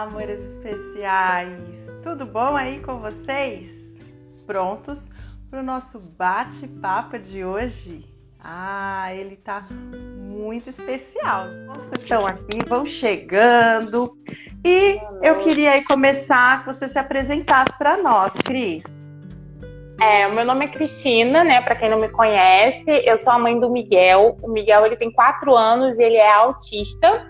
amores especiais! Tudo bom aí com vocês? Prontos para o nosso bate-papo de hoje? Ele tá muito especial. Vocês estão aqui, vão chegando. E eu queria aí começar que você se apresentasse para nós, Cris. O meu nome é Cristina, né? Para quem não me conhece, eu sou a mãe do Miguel. O Miguel, ele tem 4 anos e ele é autista.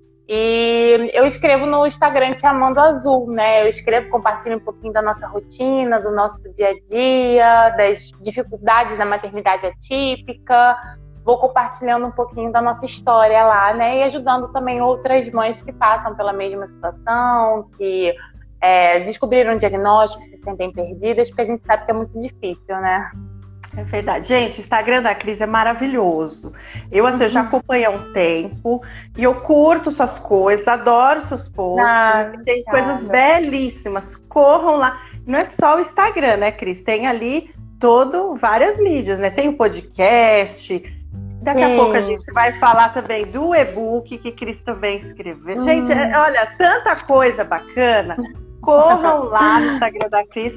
E eu escrevo no Instagram Te Amando Azul, né? Eu escrevo, compartilho um pouquinho da nossa rotina, do nosso dia a dia, das dificuldades da maternidade atípica. Vou compartilhando um pouquinho da nossa história lá, né? E ajudando também outras mães que passam pela mesma situação, que descobriram um diagnóstico, se sentem perdidas, porque a gente sabe que é muito difícil, né? É verdade. Gente, o Instagram da Cris é maravilhoso. Eu já acompanho há um tempo e eu curto suas coisas, adoro seus posts. Tem coisas belíssimas. Corram lá. Não é só o Instagram, né, Cris? Tem ali várias mídias, né? Tem o podcast. Daqui a pouco a gente vai falar também do e-book que Cris também escreveu. Gente, olha, tanta coisa bacana. Corram lá no Instagram da Cris,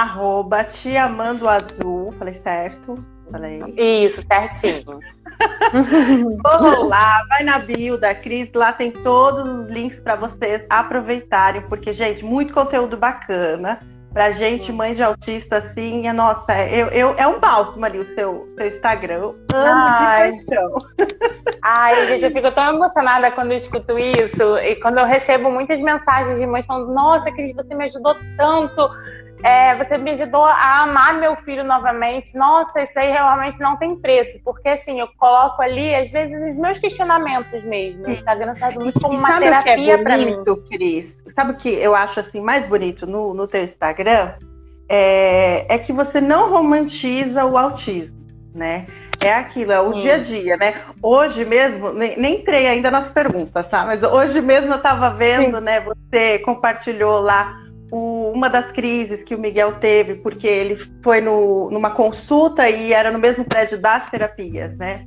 @teamandoazul. Falei certo? Falei. Isso, certinho. Corram lá, vai na bio da Cris, lá tem todos os links para vocês aproveitarem, porque, gente, muito conteúdo bacana. Pra gente, mãe de autista, assim, é um bálsamo ali o seu Instagram. Eu amo de paixão. Gente, eu fico tão emocionada quando eu escuto isso. E quando eu recebo muitas mensagens de mães falando: nossa, Cris, você me ajudou tanto. Você me ajudou a amar meu filho novamente. Nossa, isso aí realmente não tem preço. Porque, assim, eu coloco ali, às vezes, os meus questionamentos mesmo. O Instagram serve muito como uma terapia pra mim. Cris? Sabe o que eu acho assim mais bonito no teu Instagram? É que você não romantiza o autismo, né? É aquilo, é o dia a dia, né? Hoje mesmo, nem entrei ainda nas perguntas, tá? Mas hoje mesmo eu tava vendo, né? Você compartilhou lá uma das crises que o Miguel teve, porque ele foi numa consulta e era no mesmo prédio das terapias, né?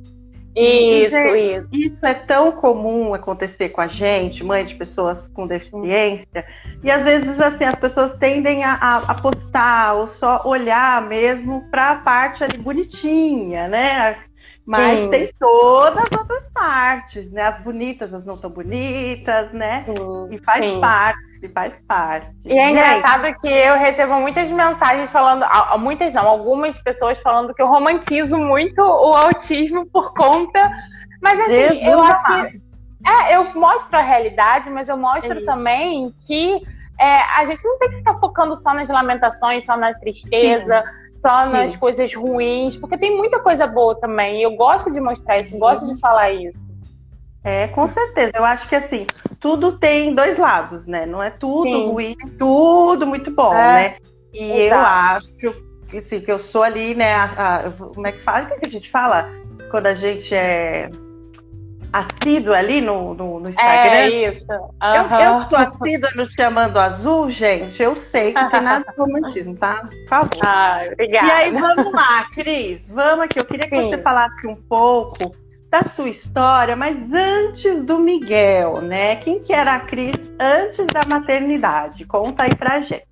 Isso é tão comum acontecer com a gente, mãe de pessoas com deficiência, e às vezes assim, as pessoas tendem a postar ou só olhar mesmo para a parte ali bonitinha, né? Mas tem todas as outras partes, né? As bonitas, as não tão bonitas, né? E faz parte. E é engraçado que eu recebo muitas mensagens falando, muitas não, algumas pessoas falando que eu romantizo muito o autismo por conta, mas assim, eu acho que eu mostro a realidade, mas eu mostro também que a gente não tem que ficar focando só nas lamentações, só na tristeza, só nas coisas ruins, porque tem muita coisa boa também, e eu gosto de mostrar isso, gosto de falar isso. Com certeza. Eu acho que assim, tudo tem 2 lados, né? Não é tudo ruim, tudo muito bom, né? E eu acho que, assim, que eu sou ali, né? Como é que fala? O que a gente fala quando a gente é assíduo ali no Instagram? Isso. Eu sou assídua no Te Amando Azul, gente. Eu sei que não tem nada de romantismo, tá? Por favor. Obrigada. E aí, vamos lá, Cris. Vamos aqui. Eu queria que você falasse um pouco da sua história, mas antes do Miguel, né? Quem que era a Cris antes da maternidade? Conta aí pra gente.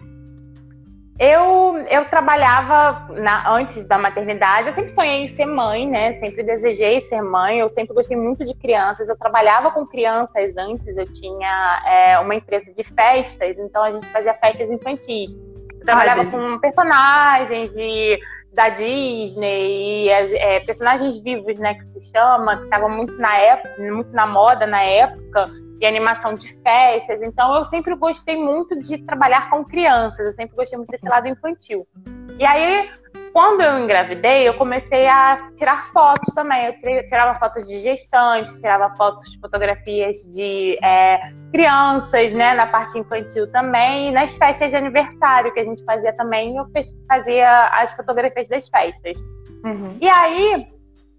Eu trabalhava antes da maternidade, eu sempre sonhei em ser mãe, né? Sempre desejei ser mãe, eu sempre gostei muito de crianças. Eu trabalhava com crianças antes, eu tinha uma empresa de festas, então a gente fazia festas infantis. Eu trabalhava com personagens da Disney, e personagens vivos, né, que se chama, que estavam muito na moda na época, e animação de festas. Então eu sempre gostei muito de trabalhar com crianças, eu sempre gostei muito desse lado infantil. E aí, quando eu engravidei, eu comecei a tirar fotos também. Eu tirava fotos de gestantes, fotografias de crianças, né, na parte infantil também, e nas festas de aniversário que a gente fazia também, eu fazia as fotografias das festas. E aí,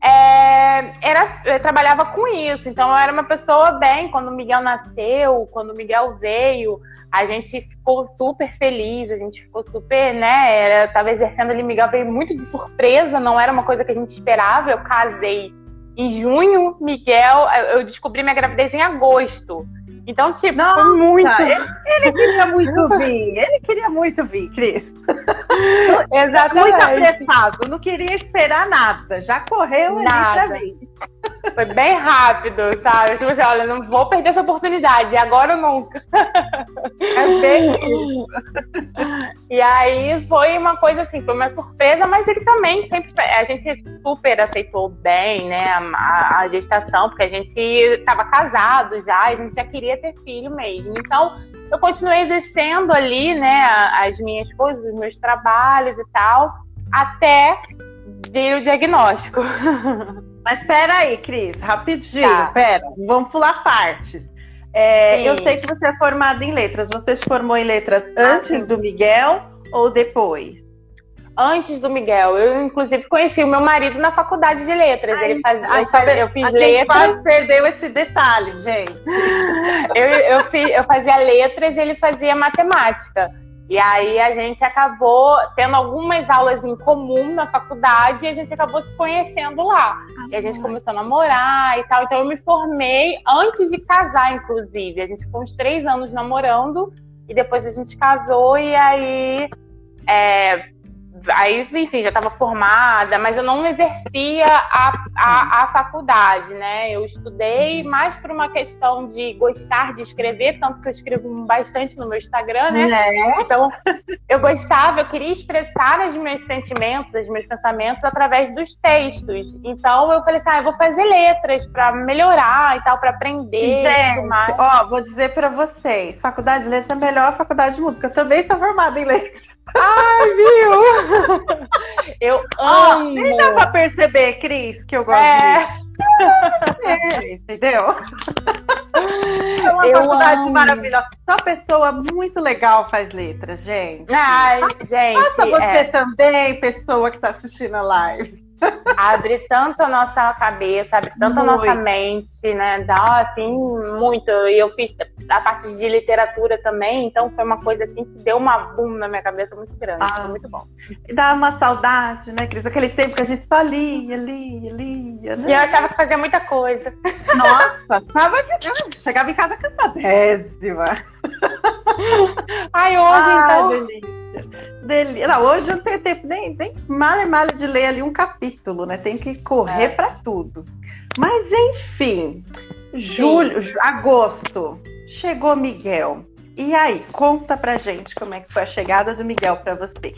eu trabalhava com isso, então eu era uma pessoa bem. Quando o Miguel nasceu, quando o Miguel veio, a gente ficou super feliz, a gente ficou super, né, eu tava exercendo ali, Miguel veio muito de surpresa, não era uma coisa que a gente esperava. Eu casei em junho, Miguel, eu descobri minha gravidez em agosto. Então, tipo, Nossa, foi muito... Ele queria muito vir. Ele queria muito vir, Cris. Exatamente. Muito apressado. Não queria esperar nada. Já correu ali pra vir. Foi bem rápido, sabe? Tipo assim, olha, não vou perder essa oportunidade, agora ou nunca. É bem isso. E aí foi uma coisa assim, foi uma surpresa, mas ele também sempre, a gente super aceitou bem, né, a gestação, porque a gente estava casado já, a gente já queria ter filho mesmo. Então, eu continuei exercendo ali, né, as minhas coisas, os meus trabalhos e tal, até vir o diagnóstico. Mas peraí, Cris, rapidinho, Tá. Vamos pular partes. Eu sei que você é formada em letras. Você se formou em letras antes do Miguel ou depois? Antes do Miguel. Eu, inclusive, conheci o meu marido na faculdade de letras. Eu fiz letras. A gente quase perdeu esse detalhe, gente. Eu fazia letras e ele fazia matemática. E aí a gente acabou tendo algumas aulas em comum na faculdade e a gente acabou se conhecendo lá. E a gente começou a namorar e tal. Então eu me formei antes de casar, inclusive. A gente ficou uns 3 anos namorando e depois a gente casou e aí... Aí, enfim, já estava formada, mas eu não exercia a faculdade, né? Eu estudei mais por uma questão de gostar de escrever, tanto que eu escrevo bastante no meu Instagram, né? Então, eu gostava, eu queria expressar os meus sentimentos, os meus pensamentos através dos textos. Então, eu falei assim, eu vou fazer letras para melhorar e tal, para aprender e tudo mais. Ó, vou dizer para vocês, faculdade de letras é a melhor faculdade de música. Eu também sou formada em letras. Ai, viu? Eu amo. Nem dá pra perceber, Cris, que eu gosto disso. Entendeu? É uma faculdade maravilhosa. Só pessoa muito legal faz letras, gente. Ai, gente. Faça você também, pessoa que tá assistindo a live. Abre tanto a nossa cabeça, abre tanto a nossa mente, né? Dá, assim, muito. E eu fiz a parte de literatura também, então foi uma coisa assim que deu uma boom na minha cabeça muito grande. Foi muito bom. E dá uma saudade, né, Cris? Aquele tempo que a gente só lia, né? E eu achava que fazia muita coisa. Nossa, chegava em casa cansadésima. Ai, hoje então... Delícia. Não, hoje eu não tenho tempo nem malha de ler ali um capítulo, né? Tem que correr pra tudo. Mas enfim, agosto, chegou Miguel. E aí, conta pra gente como é que foi a chegada do Miguel pra você.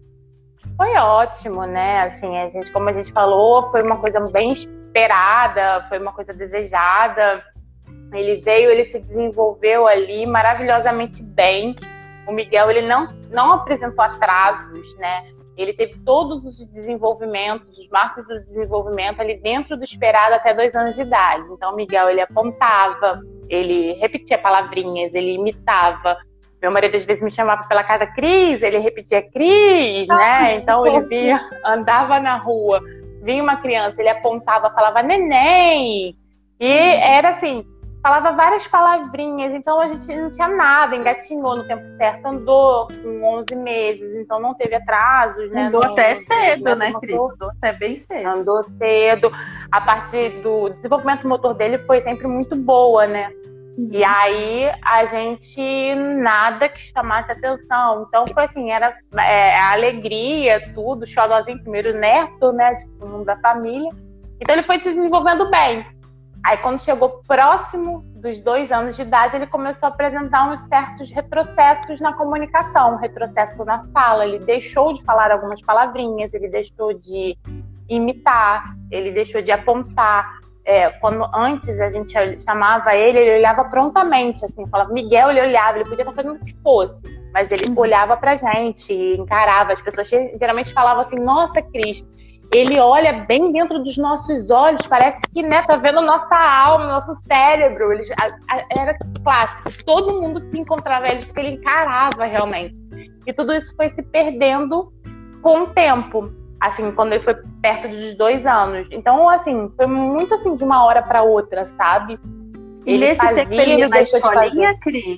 Foi ótimo, né? Assim, como a gente falou, foi uma coisa bem esperada, foi uma coisa desejada. Ele veio, ele se desenvolveu ali maravilhosamente bem. O Miguel, ele não apresentou atrasos, né? Ele teve todos os desenvolvimentos, os marcos do desenvolvimento ali dentro do esperado até 2 anos de idade. Então, o Miguel, ele apontava, ele repetia palavrinhas, ele imitava. Meu marido, às vezes, me chamava pela casa Cris, ele repetia Cris, né? Então, ele andava na rua, vinha uma criança, ele apontava, falava neném. E era assim... Falava várias palavrinhas, então a gente não tinha nada, engatinhou no tempo certo, andou com 11 meses, então não teve atrasos, né? Andou até cedo, né, Cris? Andou até bem cedo. Andou cedo. A parte do desenvolvimento motor dele foi sempre muito boa, né? E aí a gente nada que chamasse atenção. Então foi assim, era a alegria, tudo, xodózinho, primeiro neto, né, de todo mundo da família. Então ele foi se desenvolvendo bem. Aí, quando chegou próximo dos 2 anos de idade, ele começou a apresentar uns certos retrocessos na comunicação, retrocesso na fala. Ele deixou de falar algumas palavrinhas, ele deixou de imitar, ele deixou de apontar. Quando antes a gente chamava ele olhava prontamente, assim, falava Miguel, ele olhava, ele podia estar fazendo o que fosse, mas ele olhava pra gente, encarava. As pessoas geralmente falavam assim, nossa, Cris, ele olha bem dentro dos nossos olhos, parece que, né, tá vendo nossa alma, nosso cérebro. Era clássico, todo mundo que encontrava ele, porque ele encarava realmente. E tudo isso foi se perdendo com o tempo, assim, quando ele foi perto dos 2 anos. Então, assim, foi muito assim, de uma hora para outra, sabe? Ele fazia, ele deixou de fazer. Cris?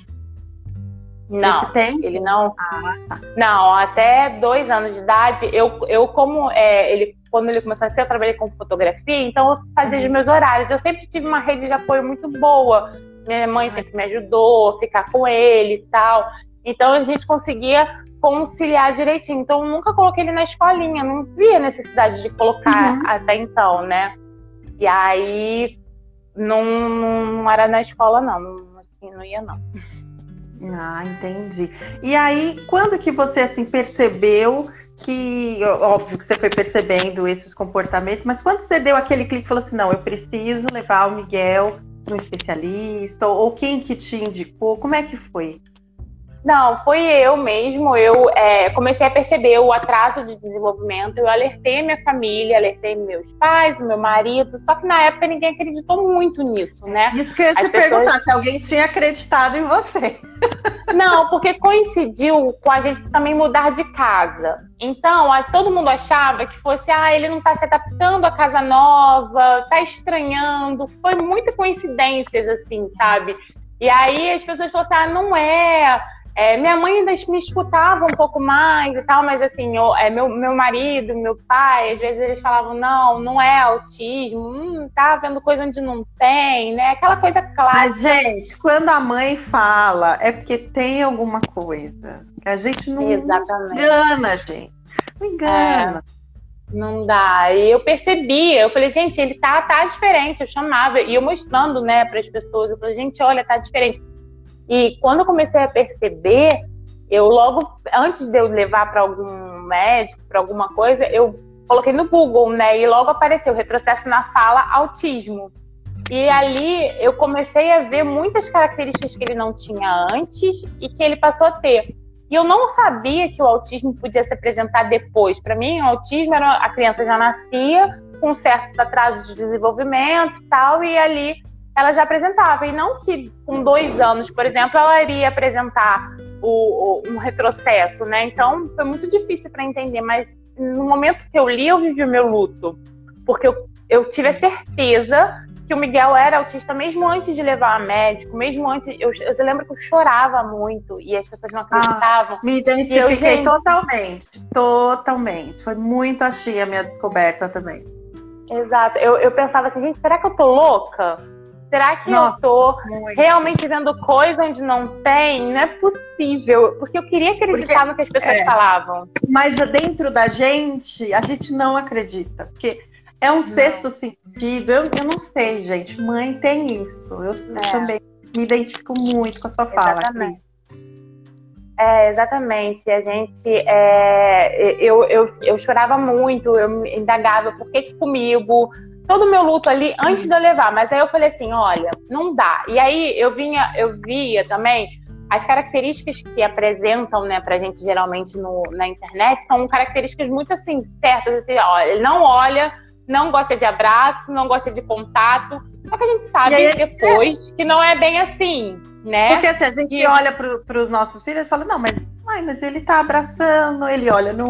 Não, ele não. Não, até 2 anos de idade, eu como quando ele começou a ser, eu trabalhei com fotografia, então eu fazia os meus horários. Eu sempre tive uma rede de apoio muito boa, Minha mãe sempre me ajudou a ficar com ele e tal. Então a gente conseguia conciliar direitinho. Então eu nunca coloquei ele na escolinha, não via necessidade de colocar até então, né? E aí não era na escola, não ia não. Ah, entendi. E aí, quando que você assim percebeu que, óbvio que você foi percebendo esses comportamentos, mas quando você deu aquele clique e falou assim, não, eu preciso levar o Miguel para um especialista, ou quem que te indicou, como é que foi? Não, foi eu mesmo. Eu comecei a perceber o atraso de desenvolvimento. Eu alertei minha família, alertei meus pais, meu marido. Só que na época ninguém acreditou muito nisso, né? Isso que eu ia te perguntar, se alguém tinha acreditado em você. Não, porque coincidiu com a gente também mudar de casa. Então, todo mundo achava que fosse, ele não tá se adaptando à casa nova, tá estranhando. Foi muita coincidências, assim, sabe? E aí as pessoas falaram assim, não é... minha mãe ainda me escutava um pouco mais e tal, mas assim, meu marido, meu pai, às vezes eles falavam, não é autismo, tá vendo coisa onde não tem, né? Aquela coisa clássica. Mas, gente, quando a mãe fala, é porque tem alguma coisa. Que a gente não engana, gente. Não engana. Não dá. E eu percebi, eu falei, gente, ele tá diferente. Eu chamava, e eu mostrando, né, para as pessoas, eu falei, gente, olha, tá diferente. E quando eu comecei a perceber, eu logo, antes de eu levar para algum médico, para alguma coisa, eu coloquei no Google, né? E logo apareceu retrocesso na fala, autismo. E ali eu comecei a ver muitas características que ele não tinha antes e que ele passou a ter. E eu não sabia que o autismo podia se apresentar depois. Para mim, o autismo era a criança já nascia com certos atrasos de desenvolvimento e tal, e ali ela já apresentava. E não que com 2 anos, por exemplo, ela iria apresentar um retrocesso, né? Então, foi muito difícil para entender. Mas no momento que eu li, eu vivi o meu luto. Porque eu tive a certeza que o Miguel era autista mesmo antes de levar a médico, mesmo antes... Eu lembro que eu chorava muito e as pessoas não acreditavam. Me identifiquei totalmente. Foi muito assim a minha descoberta também. Exato. Eu pensava assim, gente, será que eu tô louca? Será que eu tô realmente vendo coisa onde não tem? Não é possível. Porque eu queria acreditar no que as pessoas falavam. Mas dentro da gente, a gente não acredita. Porque é um sexto sentido. Eu não sei, gente. Mãe tem isso. Eu também me identifico muito com a sua fala. Exatamente. Exatamente. A gente... eu chorava muito. Eu me indagava. Por que comigo? Todo o meu luto ali antes de eu levar. Mas aí eu falei assim, olha, não dá. E aí eu via também as características que apresentam, né, pra gente geralmente na internet são características muito assim, certas. Assim, olha, ele não olha, não gosta de abraço, não gosta de contato. Só que a gente sabe depois que não é bem assim, né? Porque assim, a gente olha pros nossos filhos e fala, não, mas ele tá abraçando, ele olha no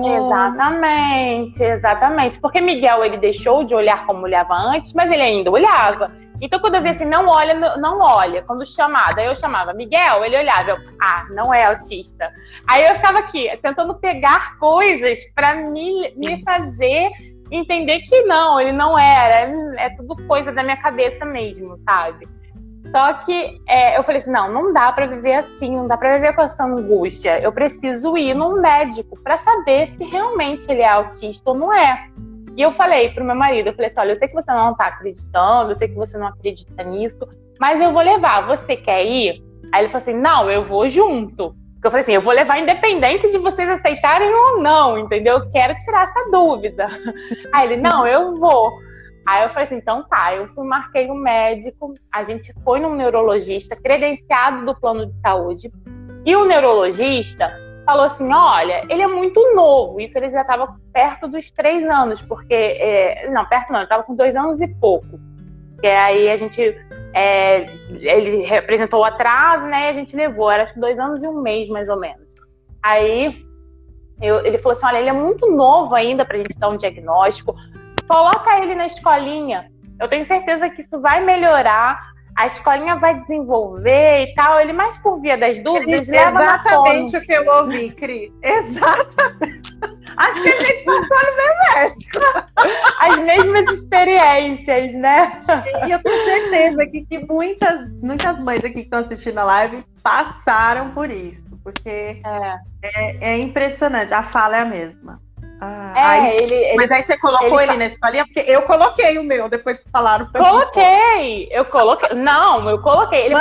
Exatamente. Porque Miguel, ele deixou de olhar como olhava antes, mas ele ainda olhava. Então, quando eu via assim, não olha, quando chamada, eu chamava Miguel, ele olhava, não é autista. Aí eu ficava aqui, tentando pegar coisas pra me fazer entender que não, ele não era, é tudo coisa da minha cabeça mesmo, sabe? Só que eu falei assim, não dá pra viver assim, não dá pra viver com essa angústia. Eu preciso ir num médico pra saber se realmente ele é autista ou não é. E eu falei pro meu marido, eu falei assim, olha, eu sei que você não tá acreditando, eu sei que você não acredita nisso, mas eu vou levar, você quer ir? Aí ele falou assim, não, eu vou junto. Porque eu falei assim, eu vou levar independente de vocês aceitarem ou não, entendeu? Eu quero tirar essa dúvida. Aí ele, não, eu vou. Aí eu falei assim, então tá, eu marquei um médico, a gente foi num neurologista credenciado do plano de saúde, e o neurologista falou assim, olha, ele é muito novo, isso ele já estava perto dos 3 anos, porque, não, perto não, ele estava com 2 anos e pouco, que aí a gente, ele representou o atraso, né, e a gente levou, era acho que 2 anos e 1 mês, mais ou menos. Aí, ele falou assim, olha, ele é muito novo ainda pra gente dar um diagnóstico, coloca ele na escolinha. Eu tenho certeza que isso vai melhorar. A escolinha vai desenvolver e tal. Ele, mais por via das dúvidas, leva na fono. Exatamente o que eu ouvi, Cris. Exatamente. Acho que a gente passou no meu médico. As mesmas experiências, né? E eu tenho certeza que muitas mães aqui que estão assistindo a live passaram por isso, porque é impressionante, a fala é a mesma. Mas aí você colocou ele na escolinha? Porque eu coloquei o meu, depois que falaram pra mim. Eu coloquei. Não, eu coloquei. Ele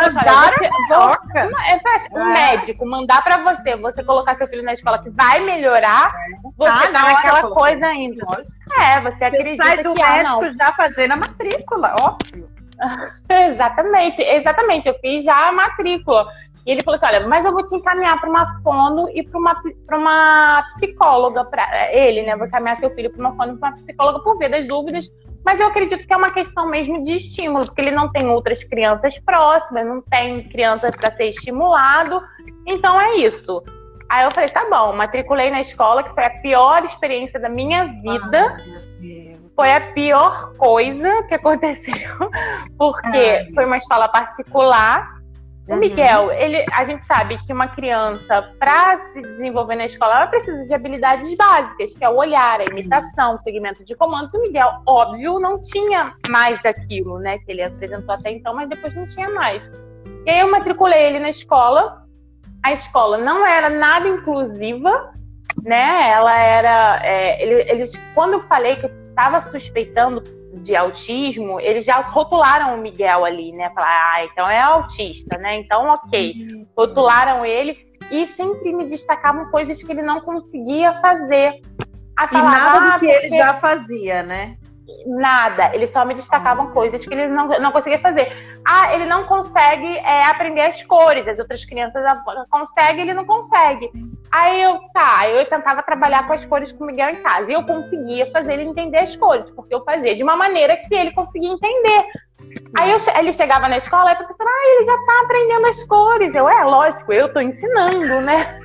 o médico mandar pra você colocar seu filho na escola que vai melhorar, você tá naquela coisa ainda. Você acredita sai do médico já fazendo a matrícula, óbvio. Exatamente. Eu fiz já a matrícula. E ele falou assim, olha, mas eu vou te encaminhar para uma fono e para uma psicóloga, para ele, né? Vou encaminhar seu filho para uma fono e para uma psicóloga por ver das dúvidas. Mas eu acredito que é uma questão mesmo de estímulo, porque ele não tem outras crianças próximas, não tem crianças para ser estimulado. Então é isso. Aí eu falei, tá bom, matriculei na escola, que foi a pior experiência da minha vida. Foi a pior coisa que aconteceu, porque foi uma escola particular. O Miguel, a gente sabe que uma criança, para se desenvolver na escola, ela precisa de habilidades básicas, que é o olhar, a imitação, o segmento de comandos. O Miguel, óbvio, não tinha mais aquilo, né, que ele apresentou até então, mas depois não tinha mais. E aí eu matriculei ele na escola. A escola não era nada inclusiva, né? Ela era... quando eu falei que eu estava suspeitando de autismo, eles já rotularam o Miguel ali, né? Falaram, então é autista, né? Então, ok. Rotularam ele e sempre me destacavam coisas que ele não conseguia fazer. E nada do que ele já fazia, né? Nada. Eles só me destacavam coisas que ele não conseguia fazer. Ele não consegue aprender as cores. As outras crianças conseguem, ele não consegue. Aí eu tentava trabalhar com as cores com o Miguel em casa. E eu conseguia fazer ele entender as cores, porque eu fazia de uma maneira que ele conseguia entender. Aí ele chegava na escola e a professora, ele já tá aprendendo as cores. Lógico, eu tô ensinando, né?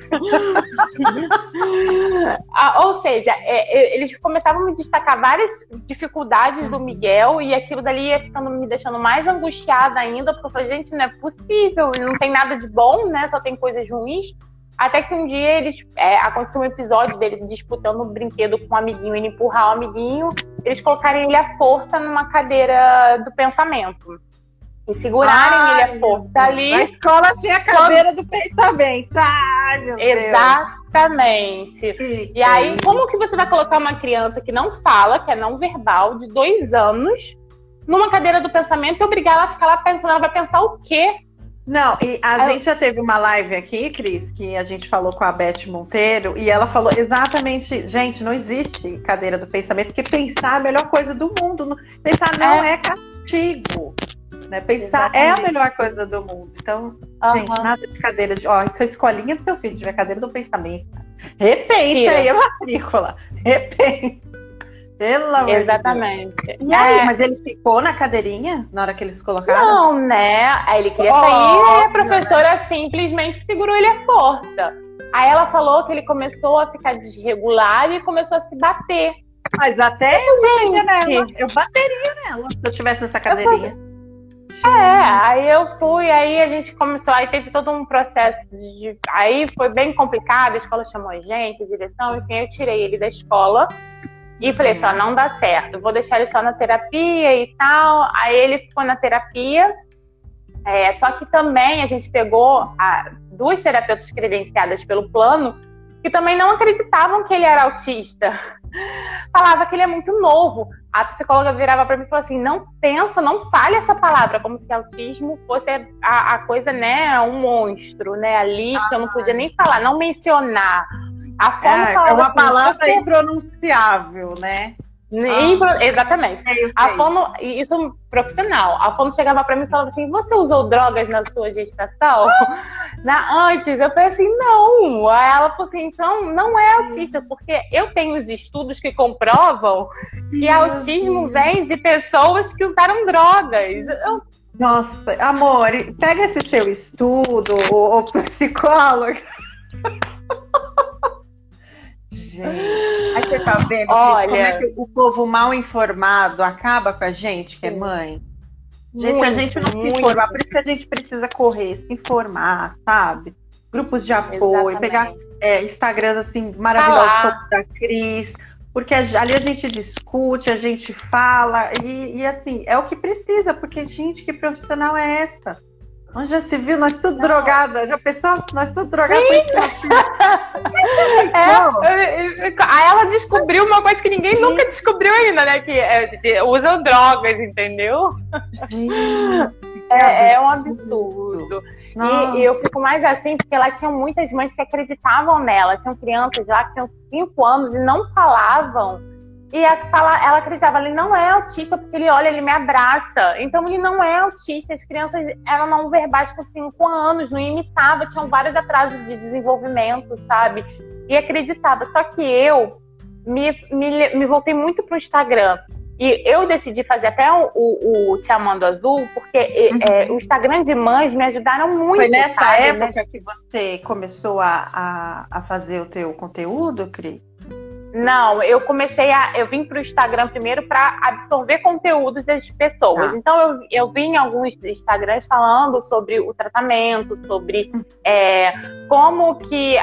Ou seja, eles começavam a me destacar várias dificuldades do Miguel e aquilo dali ia me deixando mais angustiada ainda, porque eu falei, gente, não é possível, não tem nada de bom, né? Só tem coisas ruins. Até que um dia aconteceu um episódio dele disputando um brinquedo com um amiguinho, ele empurrar o amiguinho, eles colocarem ele à força numa cadeira do pensamento. E segurarem ele à força ali. Na escola tinha a cadeira do pensamento. Ai, meu Deus. Exatamente. E aí, como que você vai colocar uma criança que não fala, que é não verbal, de 2 anos, numa cadeira do pensamento e obrigar ela a ficar lá pensando? Ela vai pensar o quê? Não, e a gente já teve uma live aqui, Cris, que a gente falou com a Beth Monteiro, e ela falou exatamente, gente, não existe cadeira do pensamento, porque pensar é a melhor coisa do mundo. Pensar não é castigo, né? Pensar é a melhor coisa do mundo. Então, gente, nada de cadeira de... se a escolinha do seu filho tiver cadeira do pensamento, repensa aí a matrícula. Repensa. Pelo amor Exatamente. De Deus. E aí, mas ele ficou na cadeirinha na hora que eles colocaram? Não, né? Aí ele queria sair e a professora simplesmente segurou ele à força. Aí ela falou que ele começou a ficar desregular e começou a se bater. Mas até eu bateria nela se eu tivesse essa cadeirinha. Aí eu fui, aí a gente começou, aí teve todo um processo aí foi bem complicado, a escola chamou a gente, a direção, enfim, eu tirei ele da escola. E falei, só não dá certo, vou deixar ele só na terapia e tal. Aí ele ficou na terapia, só que também a gente pegou 2 terapeutas credenciadas pelo plano que também não acreditavam que ele era autista. Falava que ele é muito novo. A psicóloga virava para mim e falou assim, não fale essa palavra, como se autismo fosse a coisa, né, um monstro, né, ali, que eu não podia nem falar, não mencionar. A fono é uma palavra impronunciável, né? Exatamente. A fono, isso profissional. A fono chegava pra mim e falava assim, você usou drogas na sua gestação? Antes, eu falei assim, não. Aí ela falou assim, então não é autista, porque eu tenho os estudos que comprovam que autismo vem de pessoas que usaram drogas. Nossa, amor, pega esse seu estudo, o psicólogo. Gente, aí você tá vendo como é que o povo mal informado acaba com a gente, que é mãe? Gente, se a gente não se informar, por isso que a gente precisa correr, se informar, sabe? Grupos de apoio, pegar Instagrams assim maravilhosos como da Cris, porque ali a gente discute, a gente fala, e assim, é o que precisa, porque, gente, que profissional é essa? Onde já se viu? Nós tudo drogada. Já pensou? Nós tudo drogada. Aí ela descobriu uma coisa que ninguém nunca descobriu ainda, né? Que usam drogas, entendeu? É um absurdo. E eu fico mais assim, porque lá tinha muitas mães que acreditavam nela. Tinham crianças lá que tinham 5 anos e não falavam. E ela acreditava, ele não é autista porque ele olha, ele me abraça. Então ele não é autista. As crianças eram não verbais com 5 anos, não imitava, tinham vários atrasos de desenvolvimento, sabe? E acreditava. Só que eu me voltei muito pro Instagram. E eu decidi fazer até o Te Amando Azul, porque o Instagram de mães me ajudaram muito. Foi nessa época que você começou a fazer o teu conteúdo, Cris? Não, eu vim para o Instagram primeiro para absorver conteúdos das pessoas. Então eu vi em alguns Instagrams falando sobre o tratamento, sobre como que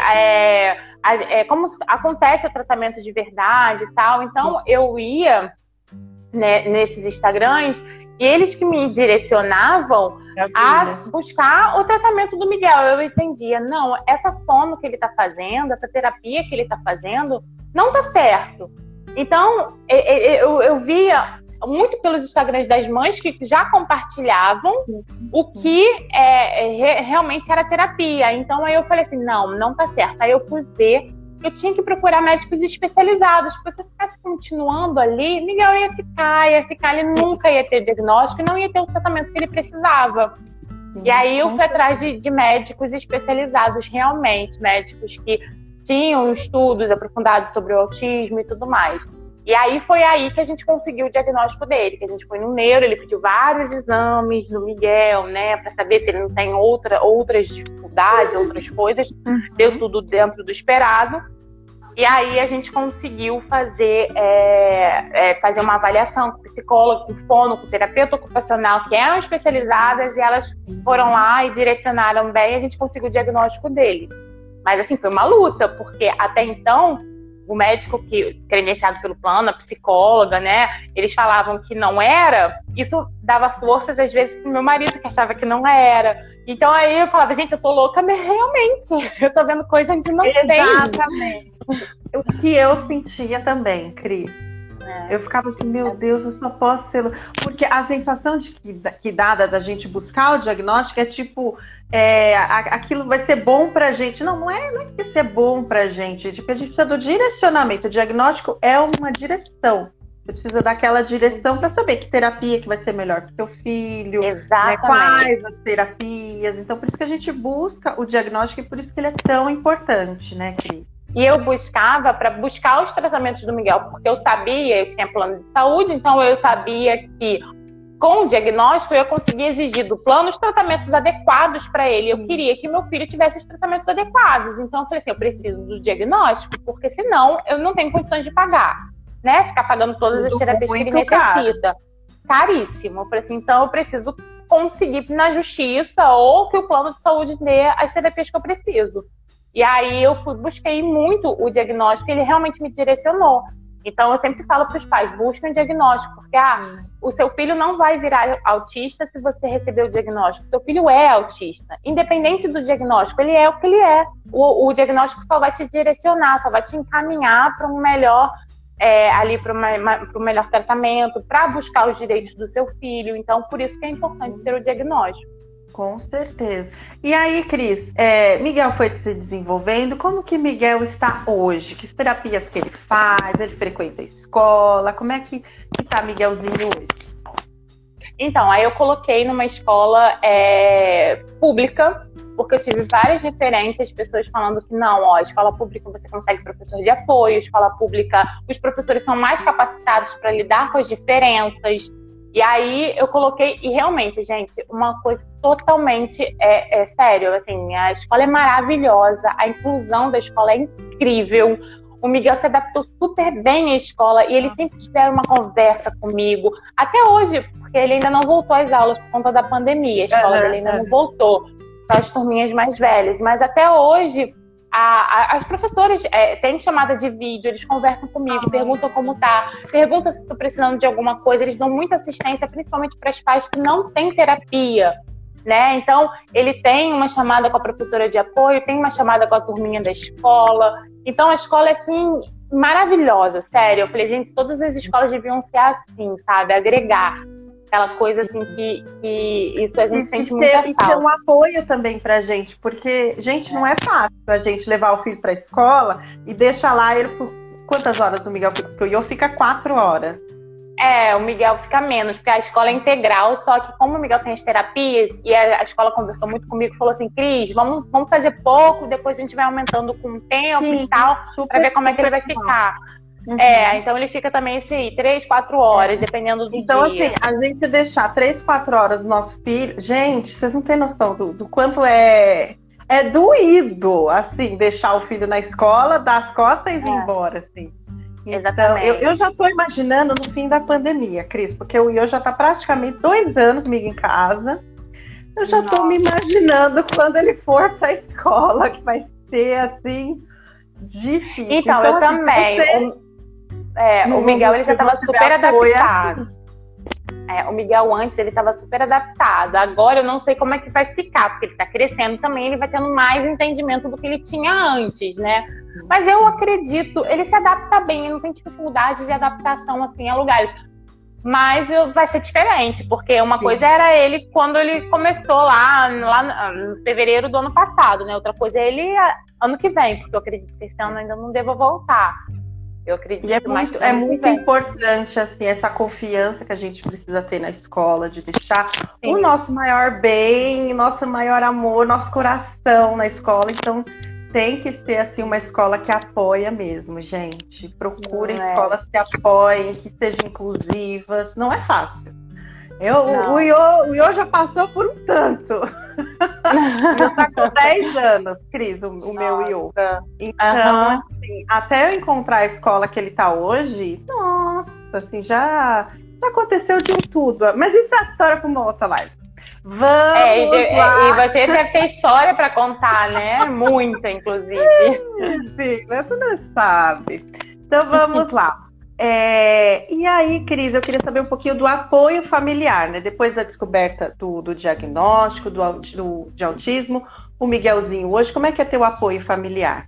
como acontece o tratamento de verdade e tal. Então eu ia, né, nesses Instagrams e eles que me direcionavam a buscar o tratamento do Miguel. Eu entendia, não, essa fono que ele está fazendo, essa terapia que ele está fazendo, não tá certo. Então, eu via muito pelos Instagrams das mães que já compartilhavam o que realmente era terapia. Então, aí eu falei assim, não tá certo. Aí eu fui ver, eu tinha que procurar médicos especializados. Se você ficasse continuando ali, Miguel ia ficar, ele nunca ia ter diagnóstico e não ia ter o tratamento que ele precisava. E aí eu fui atrás de médicos especializados realmente, médicos que tinham estudos aprofundados sobre o autismo e tudo mais. E aí foi aí que a gente conseguiu o diagnóstico dele, que a gente foi no neuro, ele pediu vários exames do Miguel, né, para saber se ele não tem outras dificuldades, outras coisas. Deu tudo dentro do esperado. E aí a gente conseguiu fazer uma avaliação com psicólogo, com fono, com terapeuta ocupacional, que eram especializadas, e elas foram lá e direcionaram bem, e a gente conseguiu o diagnóstico dele. Mas, assim, foi uma luta, porque até então, o médico credenciado pelo plano, a psicóloga, né, eles falavam que não era, isso dava forças, às vezes, pro meu marido, que achava que não era. Então, aí eu falava, gente, eu tô louca, mas realmente, eu tô vendo coisa onde não tem. Exatamente. O que eu sentia também, Cris. Eu ficava assim, meu Deus, eu só posso ser... Porque a sensação que dá da gente buscar o diagnóstico é tipo... aquilo vai ser bom pra gente. Não é que ser bom pra gente. Tipo, a gente precisa do direcionamento. O diagnóstico é uma direção. Você precisa daquela direção para saber que terapia que vai ser melhor para o seu filho. Exatamente. Né, quais as terapias. Então, por isso que a gente busca o diagnóstico e por isso que ele é tão importante, né, Cris? E eu buscava para buscar os tratamentos do Miguel, porque eu sabia, eu tinha plano de saúde, então eu sabia que com o diagnóstico eu conseguia exigir do plano os tratamentos adequados para ele. Eu queria que meu filho tivesse os tratamentos adequados. Então eu falei assim, eu preciso do diagnóstico, porque senão eu não tenho condições de pagar, né? Ficar pagando todas as terapias que ele necessita. Caríssimo. Eu falei assim, então eu preciso conseguir na justiça ou que o plano de saúde dê as terapias que eu preciso. E aí eu busquei muito o diagnóstico e ele realmente me direcionou. Então eu sempre falo para os pais, busquem um diagnóstico, porque o seu filho não vai virar autista se você receber o diagnóstico. O seu filho é autista. Independente do diagnóstico, ele é o que ele é. O diagnóstico só vai te direcionar, só vai te encaminhar para um melhor, para o melhor tratamento, para buscar os direitos do seu filho. Então, por isso que é importante ter o diagnóstico. Com certeza. E aí, Cris, Miguel foi se desenvolvendo. Como que Miguel está hoje? Que terapias que ele faz? Ele frequenta a escola? Como é que está Miguelzinho hoje? Então, aí eu coloquei numa escola pública, porque eu tive várias referências, pessoas falando que não, escola pública você consegue professor de apoio, escola pública, os professores são mais capacitados para lidar com as diferenças. E aí eu coloquei, e realmente, gente, uma coisa totalmente sério, assim, a escola é maravilhosa, a inclusão da escola é incrível, o Miguel se adaptou super bem à escola e eles sempre tiveram uma conversa comigo, até hoje, porque ele ainda não voltou às aulas por conta da pandemia, a escola dele ainda não voltou, só as turminhas mais velhas, mas até hoje as professoras têm chamada de vídeo, eles conversam comigo, perguntam como tá, perguntam se estou precisando de alguma coisa, eles dão muita assistência, principalmente para os pais que não têm terapia, né? Então, ele tem uma chamada com a professora de apoio, tem uma chamada com a turminha da escola. Então, a escola é, assim, maravilhosa, sério. Eu falei, gente, todas as escolas deviam ser assim, sabe? Agregar. Aquela coisa, assim, que isso a gente sente muita falta. E ter um apoio também pra gente, porque, gente, não é fácil a gente levar o filho pra escola e deixar lá ele por quantas horas o Miguel fica? Porque o Iô fica 4 horas. O Miguel fica menos, porque a escola é integral, só que como o Miguel tem as terapias, e a escola conversou muito comigo, falou assim, Cris, vamos fazer pouco, depois a gente vai aumentando com o tempo e tal, para ver como é que ele vai ficar. Então ele fica também, assim, 3, 4 horas, dependendo do dia. Então, assim, a gente deixar 3, 4 horas do nosso filho, gente, vocês não têm noção do quanto é doído, assim, deixar o filho na escola, dar as costas e vir embora, assim. Exatamente. Então, eu já estou imaginando no fim da pandemia, Cris, porque o Iô já está praticamente 2 anos comigo em casa. Eu já estou me imaginando quando ele for para a escola, que vai ser, assim, difícil. Então eu assim, também. O Miguel, ele já estava super adaptado. O Miguel antes, ele estava super adaptado. Agora eu não sei como é que vai ficar, porque ele está crescendo também, ele vai tendo mais entendimento do que ele tinha antes, né? Mas eu acredito, ele se adapta bem, ele não tem dificuldade de adaptação, assim, a lugares. Mas vai ser diferente, porque uma coisa era ele quando ele começou lá no fevereiro do ano passado, né? Outra coisa é ele ano que vem, porque eu acredito que esse ano ainda não devo voltar. Eu acredito é muito importante, assim, essa confiança que a gente precisa ter na escola, de deixar o nosso maior bem, nosso maior amor, nosso coração na escola. Então, tem que ser, assim, uma escola que apoia mesmo, gente. Procurem escolas que apoiem, que sejam inclusivas. Não é fácil. O Iô já passou por um tanto. Já tá com 10 anos, Cris, o meu Iô. Então, assim, até eu encontrar a escola que ele tá hoje, nossa, assim, já aconteceu de um tudo. Mas isso é a história para uma outra live. Vamos lá. E você deve ter história para contar, né? Muita, inclusive. Sim, mas você não sabe. Então, vamos lá. E aí, Cris, eu queria saber um pouquinho do apoio familiar, né? Depois da descoberta do diagnóstico de autismo, o Miguelzinho hoje, como é que é ter o apoio familiar?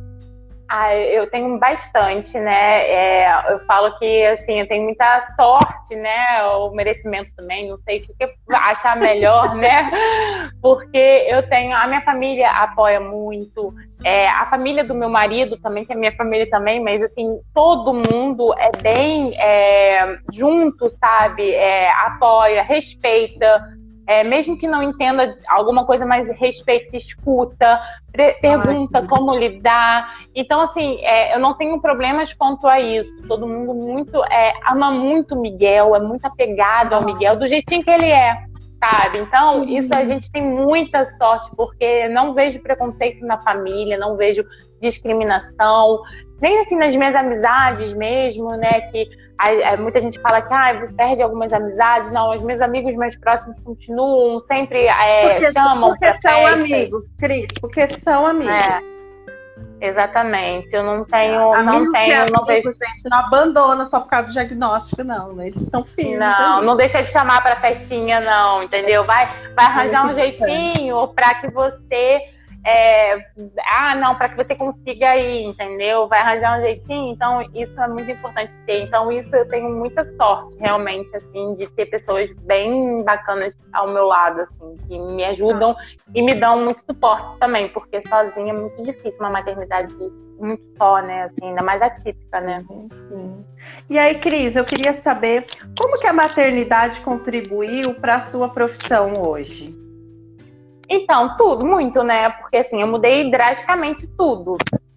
Eu tenho bastante, né? Eu falo que, assim, eu tenho muita sorte, né? O merecimento também, não sei o que achar melhor, né? Porque a minha família apoia muito, a família do meu marido também, que é minha família também, mas, assim, todo mundo é bem junto, sabe? Apoia, respeita. Mesmo que não entenda alguma coisa, mais respeita, escuta, pergunta como lidar. Então, assim, eu não tenho problemas quanto a isso. Todo mundo ama muito o Miguel, é muito apegado ao Miguel, do jeitinho que ele é, sabe? Então, isso a gente tem muita sorte, porque não vejo preconceito na família, não vejo discriminação, nem assim nas minhas amizades mesmo, né, que muita gente fala que você perde algumas amizades. Não, os meus amigos mais próximos continuam, sempre chamam para festas. São amigos, Cris, porque são amigos. Exatamente, eu não tenho, não vejo. Gente, não abandona só por causa do diagnóstico, não, né? Eles estão firmes. Não deixa de chamar para festinha, não, entendeu? Vai arranjar um jeitinho para que você para que você consiga ir, entendeu? Vai arranjar um jeitinho, então isso é muito importante ter. Então isso eu tenho muita sorte, realmente, assim, de ter pessoas bem bacanas ao meu lado, assim, que me ajudam e me dão muito suporte também, porque sozinha é muito difícil uma maternidade muito só, né, assim, ainda mais atípica, né? Sim. E aí, Cris, eu queria saber como que a maternidade contribuiu para a sua profissão hoje? Então, tudo, muito, né? Porque, assim, eu mudei drasticamente tudo.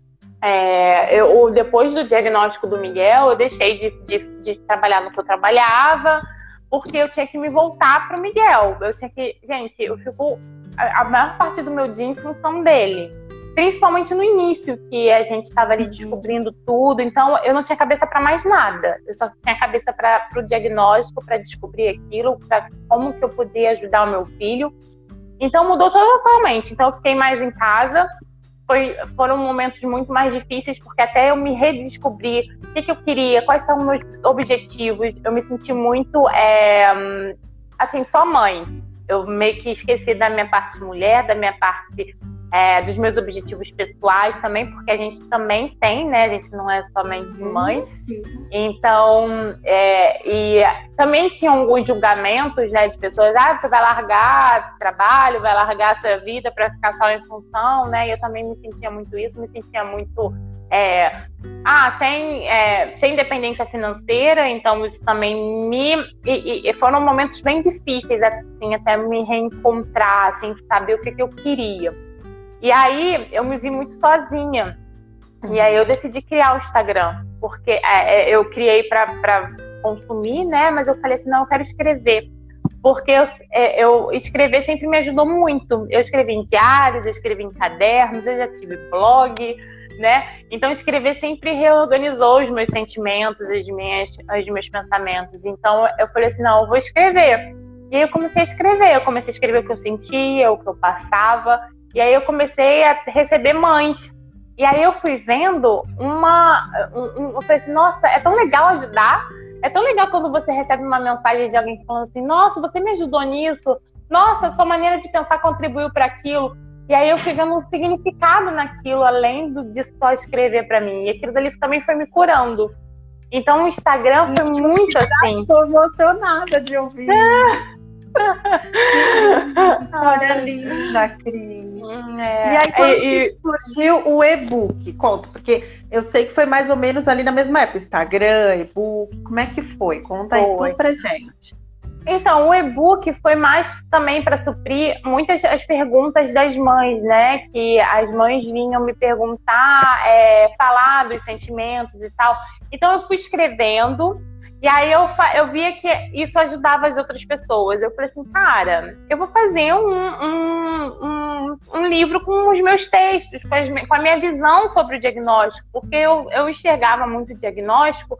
Depois do diagnóstico do Miguel, eu deixei de trabalhar no que eu trabalhava, porque eu tinha que me voltar para o Miguel. Gente, eu fico a maior parte do meu dia em função dele. Principalmente no início, que a gente estava ali descobrindo tudo. Então, eu não tinha cabeça para mais nada. Eu só tinha cabeça para o diagnóstico, para descobrir aquilo, para como que eu podia ajudar o meu filho. Então mudou totalmente. Então eu fiquei mais em casa foram momentos muito mais difíceis, porque até eu me redescobri o que eu queria, quais são meus objetivos. Eu me senti muito, assim, só mãe. Eu meio que esqueci da minha parte mulher, da minha parte dos meus objetivos pessoais também, porque a gente também tem, né? A gente não é somente mãe. Então, e também tinha alguns julgamentos, né, de pessoas, você vai largar esse trabalho, vai largar a sua vida para ficar só em função, né? E eu também me sentia muito isso, me sentia muito sem independência financeira, então isso também e foram momentos bem difíceis, assim, até me reencontrar, assim, saber o que eu queria. E aí eu me vi muito sozinha. E aí eu decidi criar o Instagram, porque eu criei para consumir, né? Mas eu falei assim, não, eu quero escrever. Porque eu escrever sempre me ajudou muito. Eu escrevi em diários, eu escrevi em cadernos, eu já tive blog, né? Então escrever sempre reorganizou os meus sentimentos, os meus pensamentos. Então eu falei assim, não, eu vou escrever. E aí eu comecei a escrever o que eu sentia, o que eu passava. E aí eu comecei a receber mães. E aí eu fui vendo eu falei assim, nossa, é tão legal ajudar. É tão legal quando você recebe uma mensagem de alguém falando assim, nossa, você me ajudou nisso. Nossa, sua maneira de pensar contribuiu para aquilo. E aí eu fui vendo um significado naquilo, além de só escrever para mim. E aquilo dali também foi me curando. Então o Instagram foi muito assim. Estou emocionada de ouvir. Olha, linda, Cris. E aí, quando surgiu o e-book? Conta, porque eu sei que foi mais ou menos ali na mesma época. Instagram, e-book, como é que foi? Conta aí tudo pra gente. Então, o e-book foi mais também para suprir muitas as perguntas das mães, né? Que as mães vinham me perguntar, falar dos sentimentos e tal. Então, eu fui escrevendo. E aí eu via que isso ajudava as outras pessoas. Eu falei assim, cara, eu vou fazer um livro com os meus textos, com a minha visão sobre o diagnóstico, porque eu enxergava muito o diagnóstico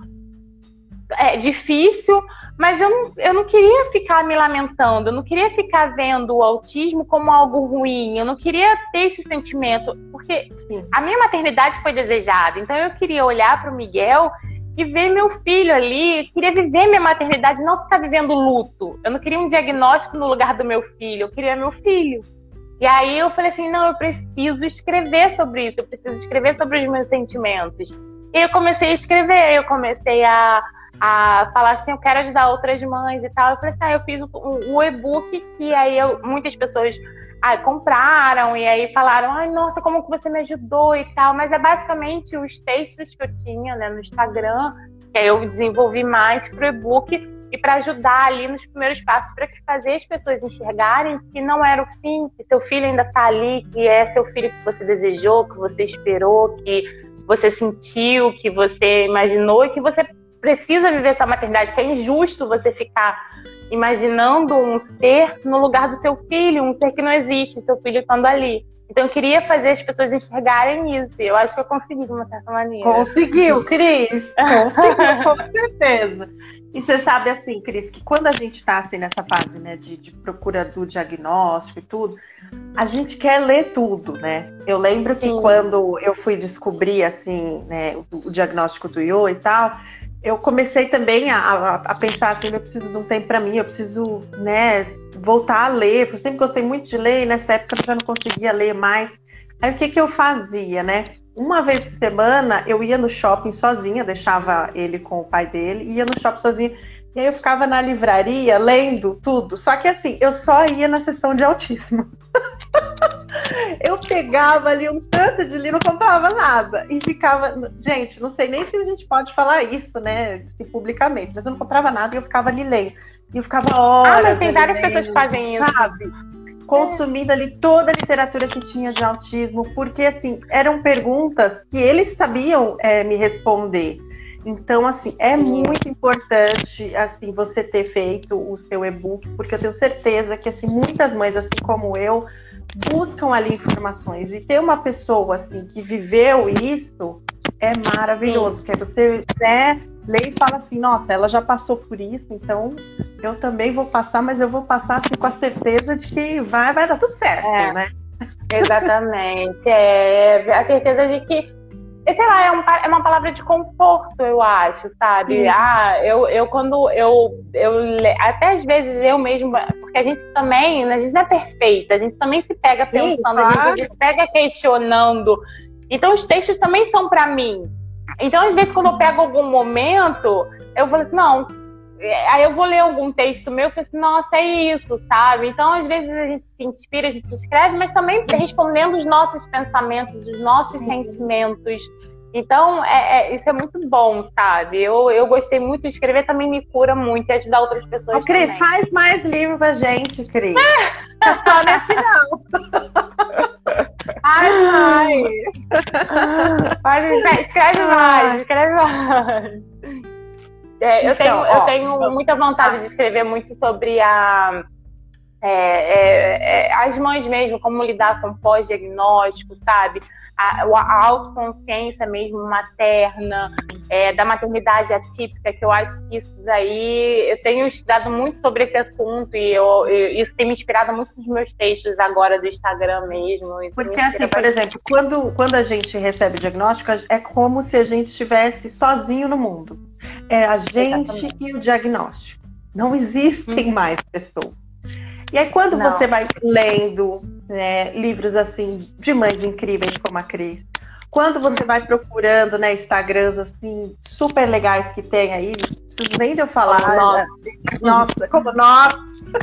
difícil, mas eu não queria ficar me lamentando, eu não queria ficar vendo o autismo como algo ruim, eu não queria ter esse sentimento, porque a minha maternidade foi desejada, então eu queria olhar para o Miguel e ver meu filho ali, queria viver minha maternidade, não ficar vivendo luto. Eu não queria um diagnóstico no lugar do meu filho, eu queria meu filho. E aí eu falei assim, não, eu preciso escrever sobre isso, eu preciso escrever sobre os meus sentimentos. E eu comecei a escrever, eu comecei a falar assim, eu quero ajudar outras mães e tal. Eu falei assim, eu fiz um e-book que aí muitas pessoas compraram e aí falaram, ai, nossa, como que você me ajudou e tal. Mas é basicamente os textos que eu tinha, né, no Instagram, que aí eu desenvolvi mais pro e-book e para ajudar ali nos primeiros passos, para fazer as pessoas enxergarem que não era o fim, que seu filho ainda tá ali, que é seu filho que você desejou, que você esperou, que você sentiu, que você imaginou e que você precisa viver essa maternidade, que é injusto você ficar imaginando um ser no lugar do seu filho, um ser que não existe, seu filho estando ali. Então eu queria fazer as pessoas enxergarem isso. Eu acho que eu consegui de uma certa maneira. Conseguiu, Cris. Conseguiu, com certeza. E você sabe assim, Cris, que quando a gente está assim, nessa fase, né, de procura do diagnóstico e tudo, a gente quer ler tudo, né? Eu lembro que quando eu fui descobrir assim, né, o diagnóstico do IO e tal, eu comecei também a pensar assim, eu preciso de um tempo para mim, eu preciso, né, voltar a ler, porque eu sempre gostei muito de ler e nessa época eu já não conseguia ler mais. Aí o que eu fazia, né? Uma vez por semana eu ia no shopping sozinha, deixava ele com o pai dele, ia no shopping sozinha, e aí eu ficava na livraria lendo tudo, só que assim, eu só ia na sessão de autismo. Eu pegava ali um tanto de livro, não comprava nada. E ficava... Gente, não sei nem se a gente pode falar isso, né? Publicamente. Mas eu não comprava nada e eu ficava ali lendo. E eu ficava horas... mas tem várias pessoas que fazem isso. Sabe? Consumindo ali toda a literatura que tinha de autismo. Porque, assim, eram perguntas que eles sabiam me responder. Então, assim, é muito importante, assim, você ter feito o seu e-book. Porque eu tenho certeza que, assim, muitas mães, assim como eu, buscam ali informações, e ter uma pessoa assim que viveu isso é maravilhoso, porque você lê e fala assim, nossa, ela já passou por isso, então eu também vou passar, mas eu vou passar assim, com a certeza de que vai dar tudo certo, né? Exatamente. A certeza de que, sei lá, é uma palavra de conforto, eu acho, sabe? Até às vezes eu mesma, porque a gente não é perfeita, a gente também se pega pensando, a gente pega questionando. Então os textos também são pra mim. Então, às vezes, quando eu pego algum momento, eu falo assim, não. Aí eu vou ler algum texto meu e falo assim, nossa, é isso, sabe? Então, às vezes, a gente se inspira, a gente escreve, mas também respondendo os nossos pensamentos, os nossos sentimentos. Então, isso é muito bom, sabe? Eu gostei muito de escrever, também me cura muito e ajudar outras pessoas Cris, também. faz mais livro pra gente, Cris. Só nesse não. Escreve mais. Eu tenho muita vontade de escrever muito sobre as mães mesmo, como lidar com pós-diagnóstico, sabe? A autoconsciência mesmo materna, da maternidade atípica, que eu acho que isso daí... Eu tenho estudado muito sobre esse assunto e isso tem me inspirado muito nos meus textos agora do Instagram mesmo. Porque assim, por exemplo, quando a gente recebe o diagnóstico, é como se a gente estivesse sozinho no mundo. É a gente e o diagnóstico. Não existem mais pessoas. E aí quando você vai lendo livros assim de mães incríveis como a Cris, quando você vai procurando Instagrams assim super legais que tem aí, não preciso nem de eu falar. Nossa, como nós.